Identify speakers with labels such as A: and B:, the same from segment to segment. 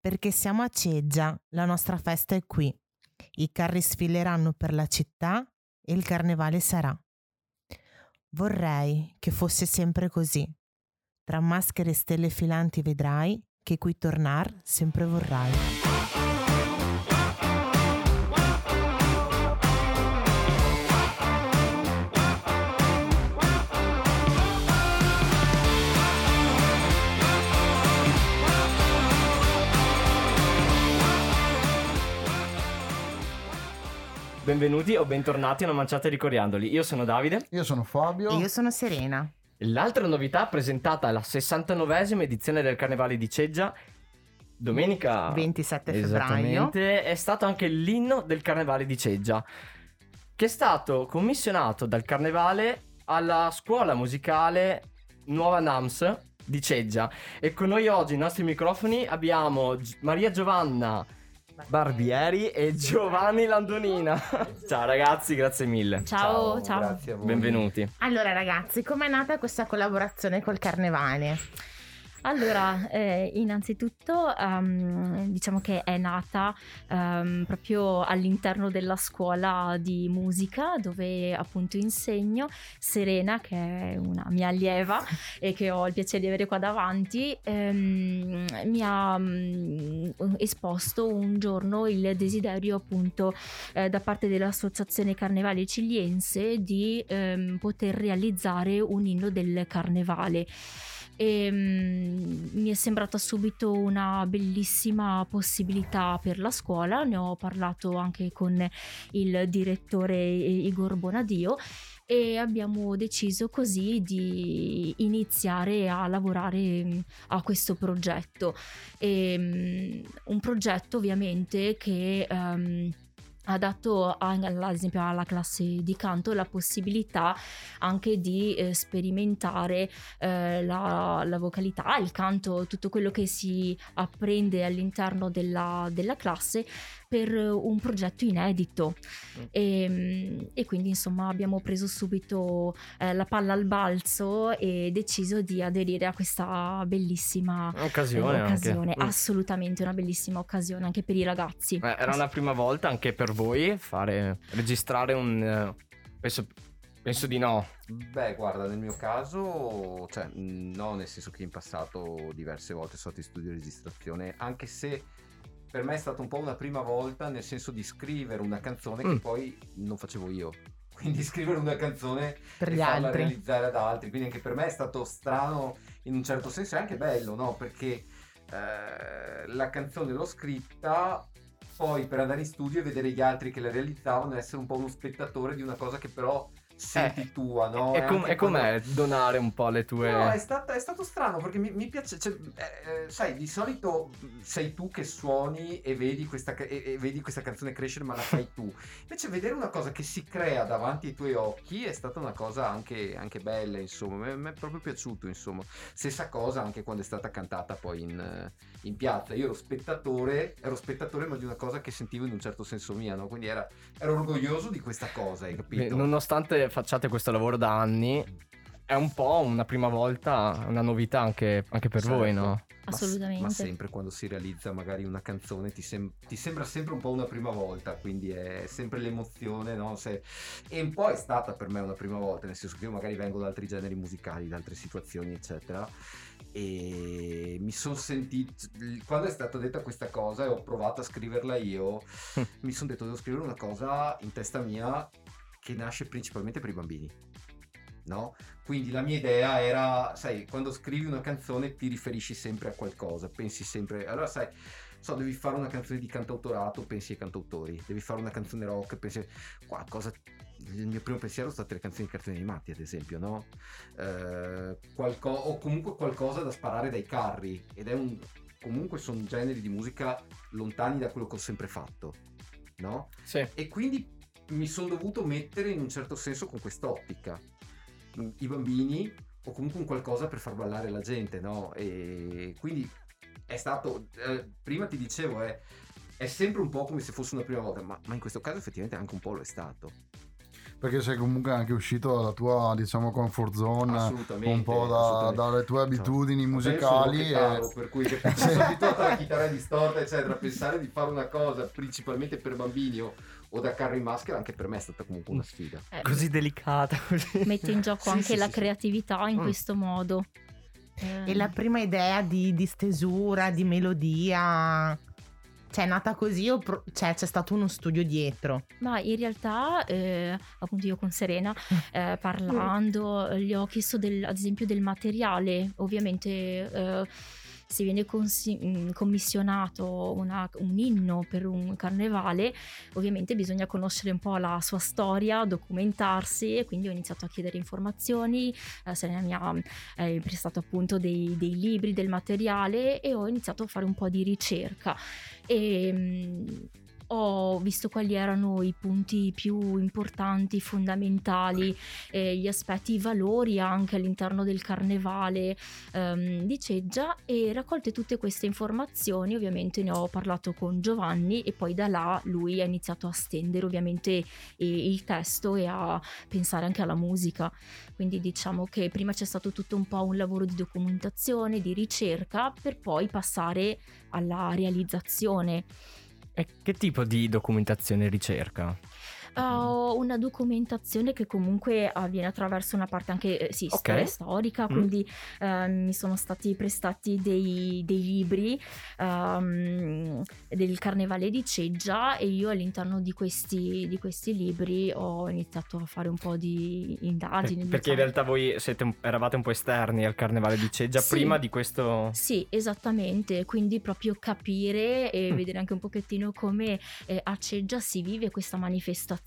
A: perché siamo a Ceggia, la nostra festa è qui. I carri sfileranno per la città e il carnevale sarà. Vorrei che fosse sempre così. Tra maschere e stelle filanti vedrai che qui tornar sempre vorrai.
B: Benvenuti o bentornati a una manciata di coriandoli. Io sono Davide.
C: Io sono Fabio.
A: E io sono Serena.
B: L'altra novità presentata alla 69esima edizione del Carnevale di Ceggia, domenica
A: 27 febbraio.
B: Esattamente, è stato anche l'inno del Carnevale di Ceggia, che è stato commissionato dal Carnevale alla scuola musicale Nuova Nams di Ceggia. E con noi oggi ai nostri microfoni abbiamo Maria Giovanna Barbieri e Giovanni Landonina. Ciao ragazzi, grazie mille.
D: Ciao.
C: Grazie a voi.
B: Benvenuti.
A: Allora ragazzi, com'è nata questa collaborazione col Carnevale?
D: Allora, innanzitutto diciamo che è nata proprio all'interno della scuola di musica dove appunto insegno. Serena, che è una mia allieva e che ho il piacere di avere qua davanti, mi ha esposto un giorno il desiderio appunto da parte dell'Associazione Carnevale Ciliense di poter realizzare un inno del Carnevale. E mi è sembrata subito una bellissima possibilità per la scuola. Ne ho parlato anche con il direttore Igor Bonadio e abbiamo deciso così di iniziare a lavorare a questo progetto. Un progetto ovviamente che ha dato ad esempio alla classe di canto la possibilità anche di sperimentare la vocalità, il canto, tutto quello che si apprende all'interno della classe per un progetto inedito. E quindi insomma abbiamo preso subito la palla al balzo e deciso di aderire a questa bellissima
B: Occasione. Anche.
D: Assolutamente una bellissima occasione anche per i ragazzi.
B: Era una prima volta anche per voi registrare un penso di no.
C: Beh, guarda, nel mio caso, cioè, no, nel senso che in passato diverse volte sono stato in studio di registrazione, anche se per me è stata un po' una prima volta, nel senso di scrivere una canzone che poi non facevo io. Quindi scrivere una canzone
A: Per
C: e
A: gli
C: farla
A: altri.
C: realizzare ad altri. Quindi anche per me è stato strano in un certo senso, è anche bello, no? Perché la canzone l'ho scritta, poi per andare in studio e vedere gli altri che la realizzavano, essere un po' uno spettatore di una cosa che però senti tua, no?
B: E com'è donare un po' le tue...
C: No, è stato strano perché mi piace, cioè, sai, di solito sei tu che suoni e vedi questa canzone crescere, ma la fai tu. Invece vedere una cosa che si crea davanti ai tuoi occhi è stata una cosa anche bella, insomma, mi è proprio piaciuto, insomma. Stessa cosa anche quando è stata cantata poi in piazza. Io ero spettatore, ma di una cosa che sentivo in un certo senso mia, no? Quindi ero orgoglioso di questa cosa, hai capito?
B: Nonostante facciate questo lavoro da anni, è un po' una prima volta, una novità anche per
C: Certo.
B: voi, no?
D: Assolutamente.
C: Ma sempre quando si realizza magari una canzone ti sembra sempre un po' una prima volta, quindi è sempre l'emozione, no? E un po' è stata per me una prima volta, nel senso che io magari vengo da altri generi musicali, da altre situazioni, eccetera, e mi sono sentito, quando è stata detta questa cosa e ho provato a scriverla io, mi sono detto devo scrivere una cosa in testa mia che nasce principalmente per i bambini, no? Quindi la mia idea era, sai, quando scrivi una canzone ti riferisci sempre a qualcosa, pensi sempre, allora sai, devi fare una canzone di cantautorato, pensi ai cantautori, devi fare una canzone rock, pensi qualcosa. Il mio primo pensiero sono state le canzoni di cartoni animati, ad esempio, no? O comunque qualcosa da sparare dai carri, ed è comunque sono generi di musica lontani da quello che ho sempre fatto, no?
B: Sì.
C: E quindi mi sono dovuto mettere in un certo senso con quest'ottica i bambini o comunque un qualcosa per far ballare la gente, no? E quindi è stato prima ti dicevo è sempre un po' come se fosse una prima volta, ma in questo caso effettivamente anche un po' lo è stato.
E: perché sei comunque anche uscito dalla tua, diciamo, comfort zone,
C: Assolutamente,
E: un po'
C: assolutamente.
E: dalle tue abitudini musicali.
C: Sono per cui che sono abituato alla chitarra distorta, eccetera. Pensare di fare una cosa principalmente per bambini o da carri in maschera, anche per me è stata comunque una sfida.
B: Così delicata, così.
D: Mette in gioco
C: Sì,
D: anche
C: sì,
D: la
C: sì, sì.
D: creatività in questo modo.
A: E la prima idea di stesura, di melodia, cioè è nata così o c'è stato uno studio dietro?
D: Ma in realtà, appunto io con Serena, parlando, gli ho chiesto ad esempio del materiale. Ovviamente se viene commissionato un inno per un carnevale, ovviamente bisogna conoscere un po' la sua storia, documentarsi, e quindi ho iniziato a chiedere informazioni. Serena mi ha prestato appunto dei libri, del materiale, e ho iniziato a fare un po' di ricerca. E ho visto quali erano i punti più importanti, fondamentali, gli aspetti, i valori anche all'interno del carnevale di Ceggia, e raccolte tutte queste informazioni ovviamente ne ho parlato con Giovanni, e poi da là lui ha iniziato a stendere ovviamente il testo e a pensare anche alla musica. Quindi diciamo che prima c'è stato tutto un po' un lavoro di documentazione, di ricerca, per poi passare alla realizzazione.
B: E che tipo di documentazione e ricerca?
D: Una documentazione che comunque avviene attraverso una parte anche storia storica, quindi mi sono stati prestati dei libri del Carnevale di Ceggia, e io all'interno di questi libri ho iniziato a fare un po' di indagini.
B: Perché in realtà voi eravate un po' esterni al Carnevale di Ceggia prima di questo.
D: Sì, esattamente, quindi proprio capire e vedere anche un pochettino come a Ceggia si vive questa manifestazione,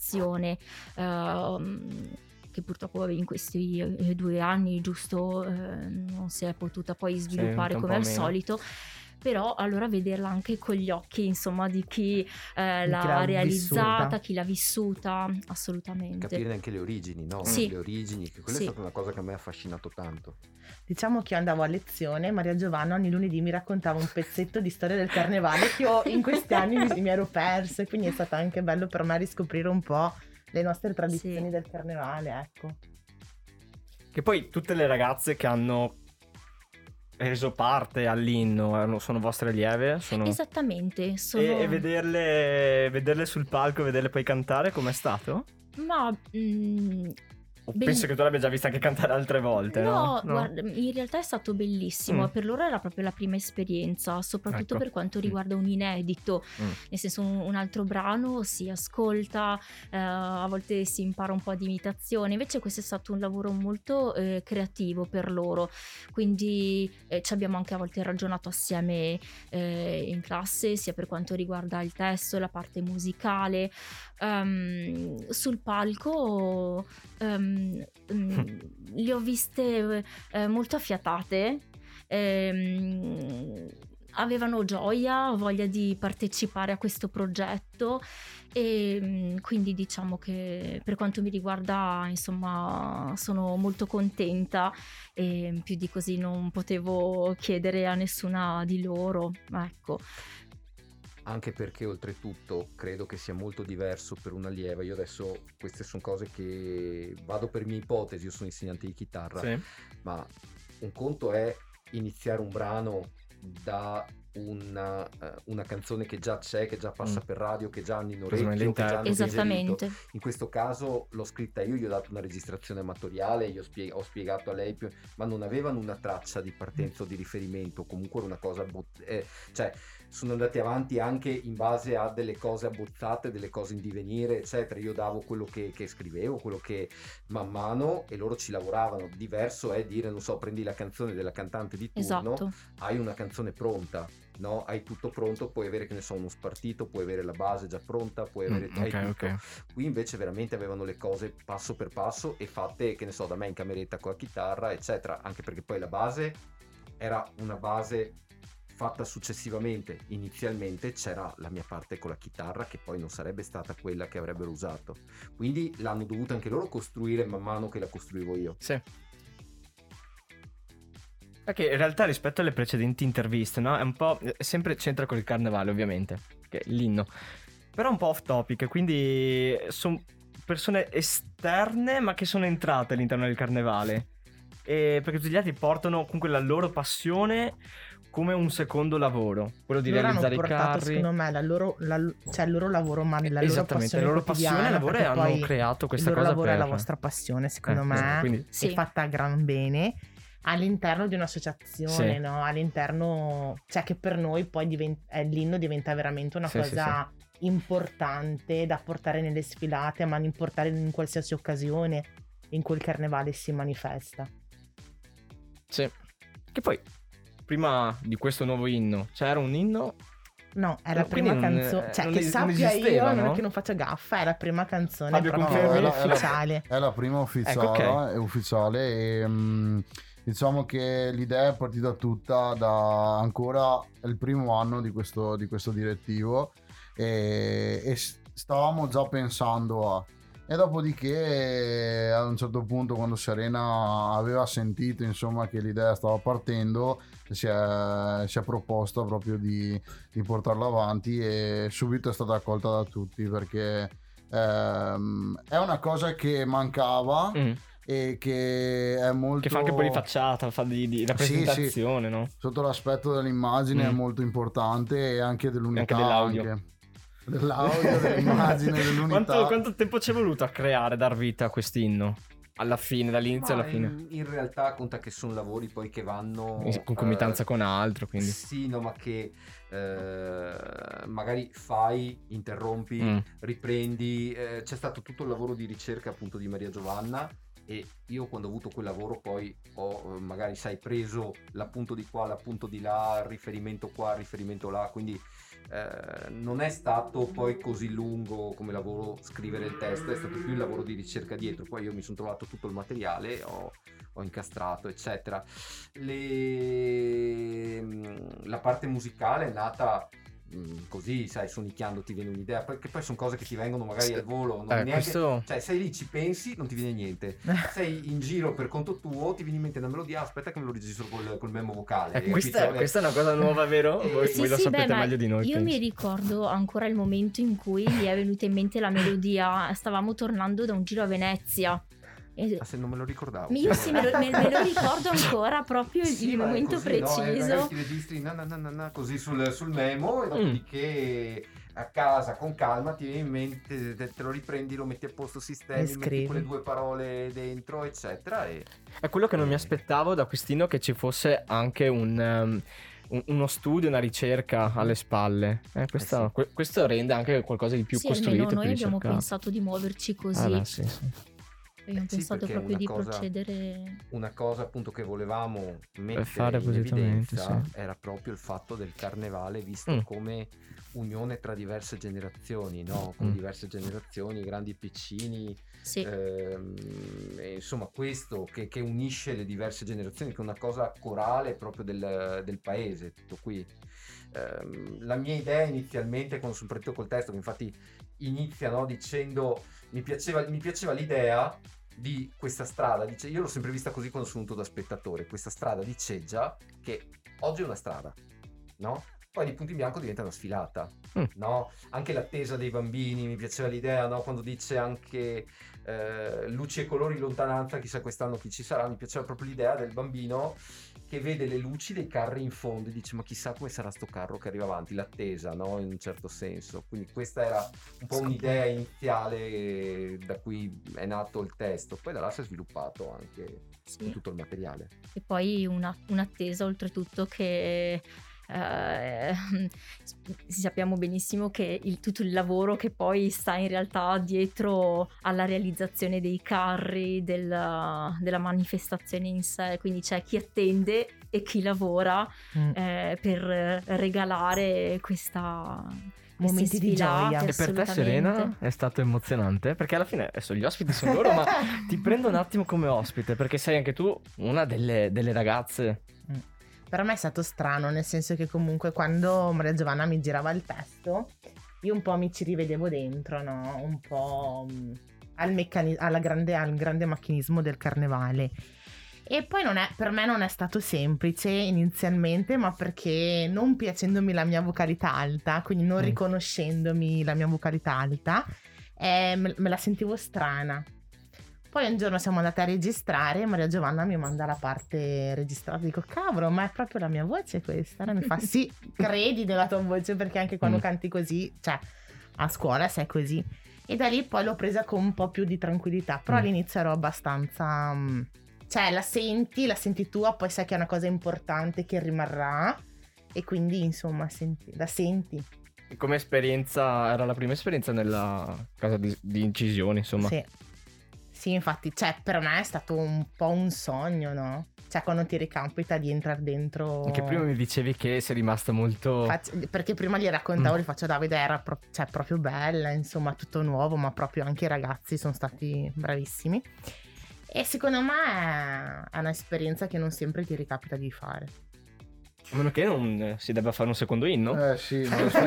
D: che purtroppo in questi 2 anni giusto non si è potuta poi sviluppare come al solito. Però allora vederla anche con gli occhi, insomma, di chi l'ha realizzata, chi l'ha vissuta, assolutamente.
C: Capire anche le origini, no?
D: Sì.
C: Le origini, che quella è stata una cosa che a me ha affascinato tanto.
A: Diciamo che io andavo a lezione, Maria Giovanna ogni lunedì mi raccontava un pezzetto di storia del carnevale che io in questi anni mi ero persa, e quindi è stato anche bello per me riscoprire un po' le nostre tradizioni del carnevale, ecco.
B: Che poi tutte le ragazze che hanno reso parte all'inno sono vostre allieve?
D: Esattamente.
B: E vederle sul palco, vederle poi cantare, com'è stato?
D: Ma
B: penso che tu l'abbia già vista anche cantare altre volte, no?
D: Guarda, in realtà è stato bellissimo. Per loro era proprio la prima esperienza, soprattutto per quanto riguarda un inedito. Nel senso, un altro brano si ascolta, a volte si impara un po' di imitazione. Invece questo è stato un lavoro molto creativo per loro. Quindi ci abbiamo anche a volte ragionato assieme in classe, sia per quanto riguarda il testo, la parte musicale. Sul palco li ho viste molto affiatate, avevano gioia, voglia di partecipare a questo progetto, e quindi diciamo che per quanto mi riguarda, insomma, sono molto contenta, e più di così non potevo chiedere a nessuna di loro, ecco.
C: Anche perché oltretutto credo che sia molto diverso per un'allieva. Io adesso, queste sono cose che vado per mie ipotesi, io sono insegnante di chitarra, ma un conto è iniziare un brano da una canzone che già c'è, che già passa per radio, che già hanno in orecchio, che già hanno
D: esattamente
C: digerito. In questo caso l'ho scritta io, gli ho dato una registrazione amatoriale, ho spiegato a lei, ma non avevano una traccia di partenza o di riferimento, comunque era una cosa cioè sono andati avanti anche in base a delle cose abbozzate, delle cose in divenire, eccetera. Io davo quello che scrivevo, quello che man mano, e loro ci lavoravano. Diverso è dire, non so, prendi la canzone della cantante di turno, hai una canzone pronta, no? Hai tutto pronto, puoi avere, che ne so, uno spartito, puoi avere la base già pronta, puoi avere tutto. Qui invece veramente avevano le cose passo per passo e fatte, che ne so, da me in cameretta con la chitarra, eccetera. Anche perché poi la base era una base fatta successivamente. Inizialmente c'era la mia parte con la chitarra, che poi non sarebbe stata quella che avrebbero usato, quindi l'hanno dovuta anche loro costruire man mano che la costruivo io.
B: Sì. Perché in realtà rispetto alle precedenti interviste, no? È un po', sempre c'entra con il carnevale ovviamente, che è l'inno, però un po' off topic, quindi persone esterne ma che sono entrate all'interno del carnevale, perché tutti gli altri portano comunque la loro passione come un secondo lavoro, quello di
A: loro
B: realizzare
A: hanno
B: i
A: portato,
B: carri.
A: secondo me, cioè il loro lavoro, ma la loro
B: Esattamente,
A: passione
B: la loro passione e
A: quotidiana,
B: lavoro, e
A: perché
B: hanno
A: poi
B: creato questa
A: il loro
B: cosa
A: lavoro è la
B: per...
A: vostra passione, secondo me,
B: esatto, quindi...
A: è fatta a gran bene all'interno di un'associazione,
B: Sì.
A: no? All'interno, cioè che per noi poi l'inno diventa veramente una
B: Sì,
A: cosa importante da portare nelle sfilate, ma portare in qualsiasi occasione in cui il carnevale si manifesta.
B: Sì. Che poi, prima di questo nuovo inno, c'era un inno...
A: No, è la
B: Quindi
A: prima
B: non-
A: canzone, cioè
B: non
A: che
B: es- non
A: sappia
B: esisteva,
A: io, non
B: no?
A: è che non faccio gaffa, è la prima canzone
B: Fabio,
A: proprio
B: confermi?
A: ufficiale.
E: È la prima ufficiale,
B: Ecco, ok.
E: è ufficiale e diciamo che l'idea è partita tutta da ancora il primo anno di questo direttivo e stavamo già pensando a... E dopodiché a un certo punto, quando Serena aveva sentito insomma che l'idea stava partendo, si è proposta proprio di portarla avanti e subito è stata accolta da tutti, perché è una cosa che mancava e che è molto...
B: Che fa anche un po' di facciata, fa di rappresentazione, no?
E: Sotto l'aspetto dell'immagine è molto importante, e anche dell'unità,
B: Anche dell'audio.
E: dell'audio, dell'immagine, dell'unità.
B: Quanto tempo ci è voluto a creare, a dar vita a quest'inno? Alla fine, dall'inizio alla fine.
C: In realtà conta che sono lavori poi che vanno
B: In concomitanza con altro, quindi.
C: Sì, no, ma che magari fai, interrompi, riprendi. C'è stato tutto il lavoro di ricerca appunto di Maria Giovanna, e io quando ho avuto quel lavoro poi ho magari, sai, preso l'appunto di qua, l'appunto di là, il riferimento qua, il riferimento là, quindi non è stato poi così lungo come lavoro scrivere il testo, è stato più il lavoro di ricerca dietro. Poi io mi sono trovato tutto il materiale, ho incastrato eccetera. La parte musicale è nata così, sai, sonicchiando ti viene un'idea, perché poi sono cose che ti vengono magari al volo, non neanche,
B: questo...
C: cioè sei lì, ci pensi, non ti viene niente, sei in giro per conto tuo, ti viene in mente una melodia, aspetta che me lo registro col memo vocale.
B: Questa è una cosa nuova, vero? Voi lo sapete meglio di noi.
D: Io mi ricordo ancora il momento in cui mi è venuta in mente la melodia. Stavamo tornando da un giro a Venezia.
C: Se non me lo ricordavo.
D: Io sì, me lo ricordo ancora proprio il momento
C: così,
D: preciso.
C: No, ti registri così sul memo, e dopodiché a casa con calma ti viene in mente, te lo riprendi, lo metti a posto, sistemi, metti quelle due parole dentro, eccetera.
B: È quello che non mi aspettavo da quest'inno, che ci fosse anche uno studio, una ricerca alle spalle. Questo rende anche qualcosa di più costruito.
D: Sì, noi
B: più
D: abbiamo
B: ricercato.
D: pensato di muoverci così.
B: Sì.
D: Abbiamo pensato proprio di procedere.
C: Una cosa appunto che volevamo mettere
B: fare
C: in evidenza
B: sì.
C: era proprio il fatto del carnevale visto come unione tra diverse generazioni, no? Con diverse generazioni, grandi e piccini.
D: Sì.
C: Insomma, questo che unisce le diverse generazioni, che è una cosa corale proprio del paese, tutto qui. La mia idea inizialmente, quando sono partito col testo, che infatti inizia, no, dicendo mi piaceva l'idea di questa strada, dice, io l'ho sempre vista così quando sono venuto da spettatore, questa strada di Ceggia, che oggi è una strada, no? Poi di punto in bianco diventa una sfilata, no? Anche l'attesa dei bambini, mi piaceva l'idea, no? Quando dice anche luci e colori in lontananza, chissà quest'anno chi ci sarà, mi piaceva proprio l'idea del bambino che vede le luci dei carri in fondo e dice, ma chissà come sarà sto carro che arriva avanti, l'attesa, no? In un certo senso. Quindi questa era un po' un'idea iniziale da cui è nato il testo, poi da là si è sviluppato anche tutto il materiale.
D: E poi un'attesa oltretutto che sappiamo benissimo che tutto il lavoro che poi sta in realtà dietro alla realizzazione dei carri, della manifestazione in sé, quindi c'è chi attende e chi lavora per regalare questa
A: momenti di gioia.
B: E per te, Serena, è stato emozionante? Perché alla fine adesso gli ospiti sono loro, ma ti prendo un attimo come ospite, perché sei anche tu una delle ragazze.
A: Per me è stato strano, nel senso che comunque quando Maria Giovanna mi girava il testo, io un po' mi ci rivedevo dentro, no? Un po' al grande macchinismo del carnevale. E poi per me non è stato semplice inizialmente, ma perché non piacendomi la mia vocalità alta, quindi non riconoscendomi la mia vocalità alta, e me la sentivo strana. Poi un giorno siamo andate a registrare e Maria Giovanna mi manda la parte registrata. Dico, cavolo, ma è proprio la mia voce questa? Allora mi fa, sì, credi nella tua voce, perché anche quando canti così, cioè a scuola sei così. E da lì poi l'ho presa con un po' più di tranquillità, però all'inizio ero abbastanza... cioè la senti tua, poi sai che è una cosa importante che rimarrà e quindi insomma la senti.
B: Come esperienza, era la prima esperienza nella casa di incisioni, insomma.
A: Sì, infatti, cioè, per me è stato un po' un sogno, no? Cioè, quando ti ricapita di entrare dentro...
B: Anche prima mi dicevi che sei rimasta molto...
A: Perché prima gli raccontavo, gli faccio, Davide, era cioè, proprio bella, insomma, tutto nuovo, ma proprio anche i ragazzi sono stati bravissimi. E secondo me è un'esperienza che non sempre ti ricapita di fare.
B: A meno che non si debba fare un secondo inno.
E: Sì,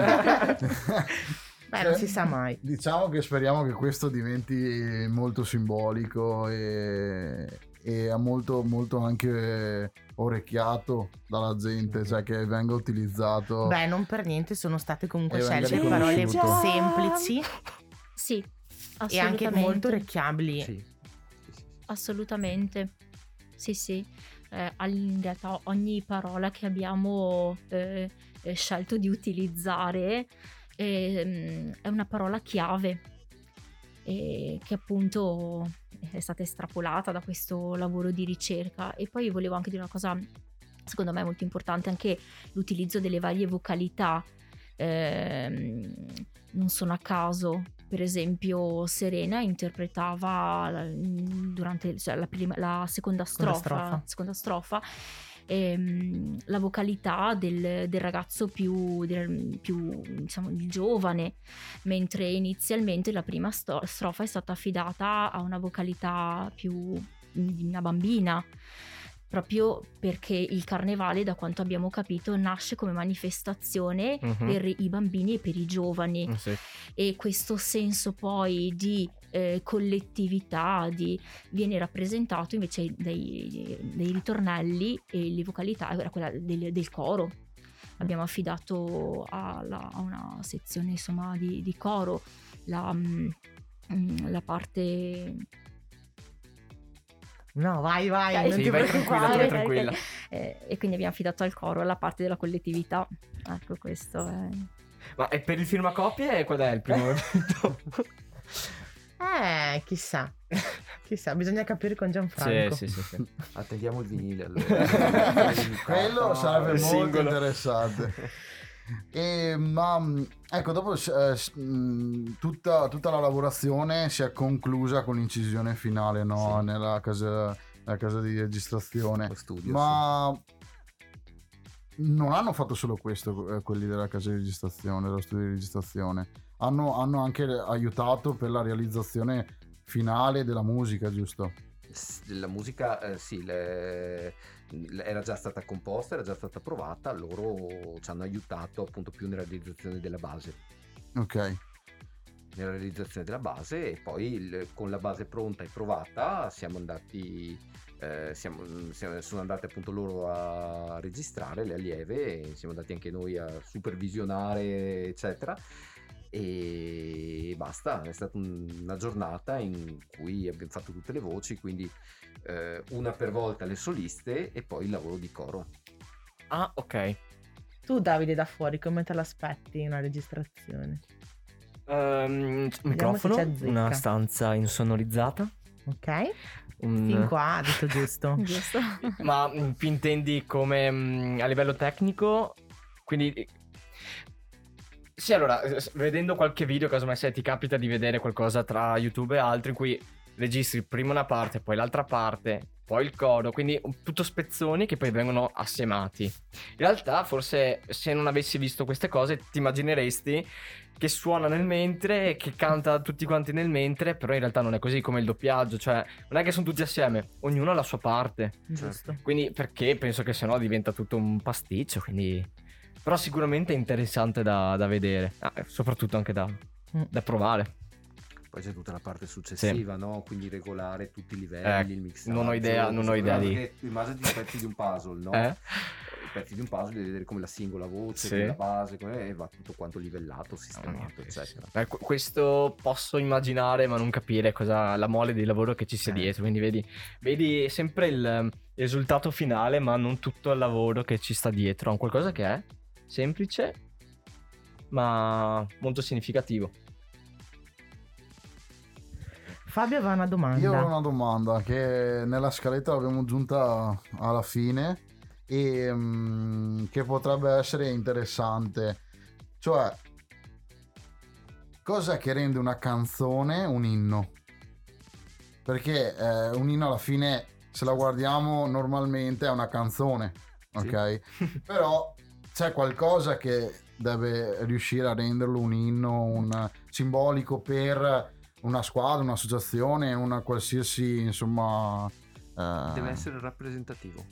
A: Beh, non si sa mai.
E: Diciamo che speriamo che questo diventi molto simbolico e molto, molto anche orecchiato dalla gente, cioè che venga utilizzato.
A: Beh, non per niente sono state comunque
E: E venga
A: scelte parole
E: riconosciuto.
A: semplici
D: Sì,
A: e anche
D: assolutamente.
A: molto orecchiabili.
C: Sì.
D: Assolutamente. Sì. In realtà ogni parola che abbiamo scelto di utilizzare è una parola chiave che appunto è stata estrapolata da questo lavoro di ricerca. E poi volevo anche dire una cosa, secondo me molto importante, anche l'utilizzo delle varie vocalità. Non sono a caso, per esempio Serena interpretava durante la seconda strofa la vocalità del ragazzo più diciamo giovane, mentre inizialmente la prima strofa è stata affidata a una vocalità più di una bambina, proprio perché il carnevale, da quanto abbiamo capito, nasce come manifestazione per i bambini e per i giovani.
B: Sì.
D: E questo senso poi di collettività viene rappresentato invece dai ritornelli, e le vocalità era quella del coro. Abbiamo affidato a una sezione insomma di coro la parte...
A: No, vai, non
B: Sì,
A: ti
B: vai
A: preoccupare.
B: tranquilla.
D: E quindi abbiamo affidato al coro la parte della collettività. Ecco, questo è...
B: Ma e per il firmacopie qual è il primo evento?
A: Chissà, bisogna capire con Gianfranco.
B: Sì.
C: Attendiamo il vinile allora.
E: Quello sarebbe molto
B: singolo.
E: interessante. Ma ecco, dopo tutta la lavorazione si è conclusa con l'incisione finale, no?
C: Sì.
E: Nella casa di registrazione.
C: Lo studio,
E: Ma non hanno fatto solo questo, quelli della casa di registrazione, dello studio di registrazione. Hanno anche aiutato per la realizzazione finale della musica, giusto?
C: La musica sì, era già stata composta, era già stata provata, loro ci hanno aiutato appunto più nella realizzazione della base.
E: Ok.
C: Nella realizzazione della base, e poi con la base pronta e provata siamo andati sono andate appunto loro a registrare, le allieve, e siamo andati anche noi a supervisionare eccetera, e basta. È stata una giornata in cui abbiamo fatto tutte le voci, quindi una per volta le soliste e poi il lavoro di coro.
B: Ah, ok.
A: Tu, Davide, da fuori come te l'aspetti una registrazione?
B: Microfono,
A: se ci azzecca.
B: una stanza insonorizzata.
A: Ok? Fin qua ha detto giusto.
D: Giusto?
B: Ma più intendi come a livello tecnico? Quindi sì, allora, vedendo qualche video, casomai se ti capita di vedere qualcosa tra YouTube e altri in cui registri prima una parte, poi l'altra parte, poi il coro, quindi tutto spezzoni che poi vengono assiemati. In realtà forse se non avessi visto queste cose ti immagineresti che suona nel mentre, che canta tutti quanti nel mentre, però in realtà non è così, come il doppiaggio, cioè non è che sono tutti assieme, ognuno ha la sua parte.
A: Giusto.
B: Quindi perché penso che sennò diventa tutto un pasticcio, quindi... Però sicuramente è interessante da vedere, soprattutto anche da provare.
C: Poi c'è tutta la parte successiva, no? Quindi regolare tutti i livelli, il mixaggio.
B: non ho idea di...
C: Immaginati i pezzi di un puzzle, no? pezzi di un puzzle, devi vedere come la singola voce,
B: Sì.
C: come la base, e va tutto quanto livellato, sistemato, eccetera.
B: Questo posso immaginare, ma non capire cosa la mole di lavoro che ci sia dietro. Quindi vedi sempre il risultato finale, ma non tutto il lavoro che ci sta dietro. È un qualcosa che è semplice, ma molto significativo.
A: Fabio aveva una domanda.
E: Io ho una domanda che nella scaletta l'abbiamo giunta alla fine e che potrebbe essere interessante. Cioè, cosa che rende una canzone un inno? Perché un inno alla fine, se la guardiamo normalmente, è una canzone, ok? Però c'è qualcosa che deve riuscire a renderlo un inno, un simbolico per una squadra, un'associazione, una qualsiasi, insomma...
C: Deve essere rappresentativo.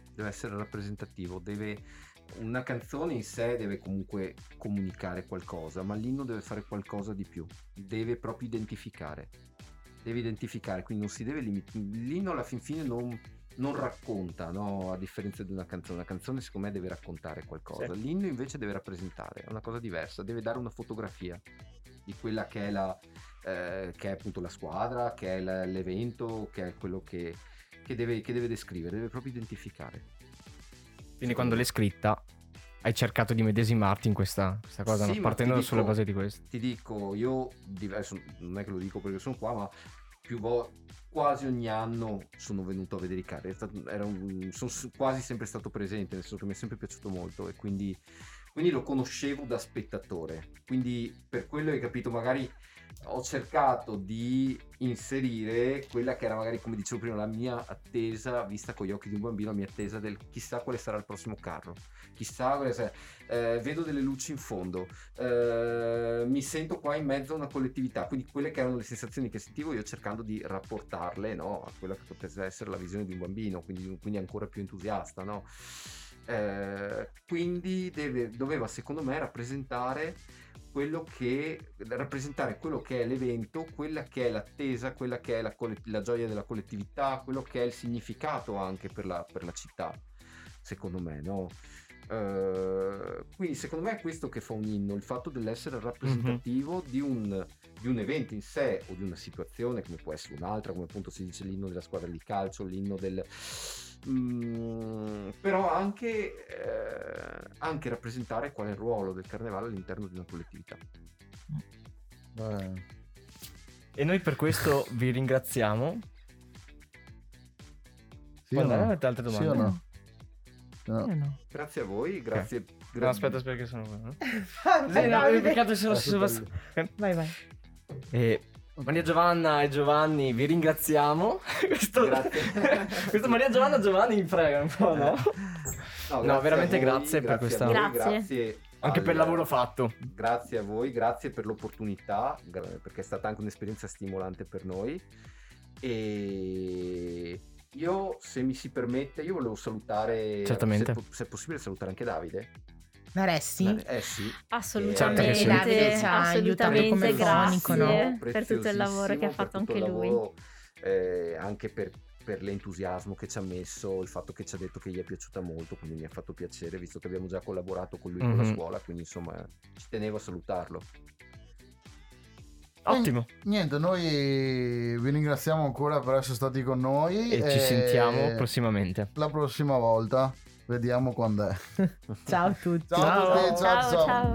C: Una canzone in sé deve comunque comunicare qualcosa, ma l'inno deve fare qualcosa di più. Deve proprio identificare. Quindi non si deve limitare. L'inno alla fin fine non racconta, no? A differenza di una canzone. Una canzone secondo me deve raccontare qualcosa.
B: Sì.
C: L'inno invece deve rappresentare, è una cosa diversa. Deve dare una fotografia di quella che è che è appunto la squadra, che è l'evento, che è quello che deve descrivere, deve proprio identificare.
B: Quindi quando l'hai scritta hai cercato di medesimarti in questa cosa,
C: Sì,
B: no?
C: ma
B: Partendo
C: ti
B: sulle
C: dico-
B: base di questo.
C: Ti dico, io diverso, non è che lo dico perché sono qua, ma quasi ogni anno sono venuto a vedere i carri. Sono quasi sempre stato presente, nel senso che mi è sempre piaciuto molto e quindi lo conoscevo da spettatore. Quindi per quello hai capito, magari ho cercato di inserire quella che era magari, come dicevo prima, la mia attesa, vista con gli occhi di un bambino, la mia attesa del chissà quale sarà il prossimo carro, chissà quale sarà, vedo delle luci in fondo, mi sento qua in mezzo a una collettività, quindi quelle che erano le sensazioni che sentivo io, cercando di rapportarle, no, a quella che potesse essere la visione di un bambino, quindi ancora più entusiasta, no? Quindi doveva secondo me rappresentare quello che è l'evento, quella che è l'attesa, quella che è la gioia della collettività, quello che è il significato anche per la città, secondo me, no? Quindi secondo me è questo che fa un inno, il fatto dell'essere rappresentativo di un evento in sé o di una situazione, come può essere un'altra, come appunto si dice l'inno della squadra di calcio, l'inno del... però anche rappresentare qual è il ruolo del carnevale all'interno di una collettività.
B: E noi per questo vi ringraziamo.
E: Sì o no?
B: Avete altre domande?
E: Sì o no? No.
A: No.
C: Grazie a voi, grazie.
B: No, aspetta, aspetta che sono...
A: Vai.
B: Maria Giovanna e Giovanni, vi ringraziamo. Questo Maria Giovanna mi frega un po', no? No, veramente grazie per questa...
C: Grazie
B: anche per il lavoro fatto.
C: Grazie a voi, grazie per l'opportunità, perché è stata anche un'esperienza stimolante per noi. E io, se mi si permette, io volevo salutare,
B: certamente,
C: se è possibile salutare anche Davide.
A: Sì.
C: Sì.
D: Assolutamente,
B: Sì.
A: Davide ci ha aiutato come fonico, no?
D: Per tutto il lavoro che ha fatto anche lui.
C: Anche per l'entusiasmo che ci ha messo, il fatto che ci ha detto che gli è piaciuta molto, quindi mi ha fatto piacere, visto che abbiamo già collaborato con lui con la scuola, quindi insomma ci tenevo a salutarlo.
B: Ottimo.
E: Niente, noi vi ringraziamo ancora per essere stati con noi
B: e ci sentiamo prossimamente.
E: La prossima volta, vediamo quando è.
A: Ciao a tutti.
E: Ciao a tutti, ciao.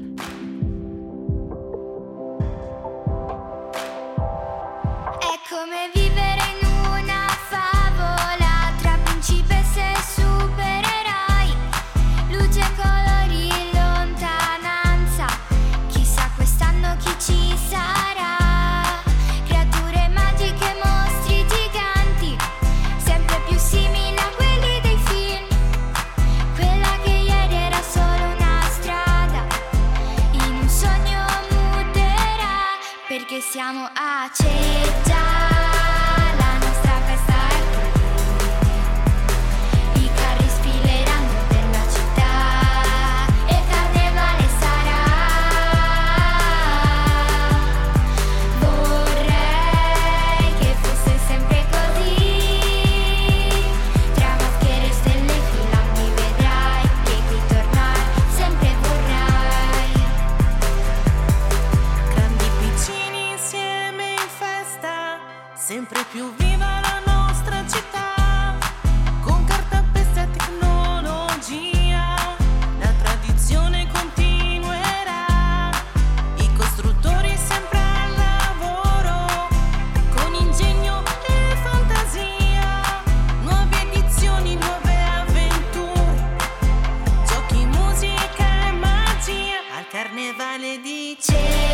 F: È come vivere in una favola tra principesse e supereroi, luce, colori, lontananza, chissà quest'anno chi ci sarà, creature magiche, mostri giganti, sempre più simili a quelli dei film, quella che ieri era solo una strada, in un sogno muterà, perché siamo a Ceggia. La nostra festa è qui, i carri sfileranno per la città e il carnevale sarà. Vorrei che fosse sempre così, tra maschere e stelle filanti vedrai
G: Carnevale di Ceggia.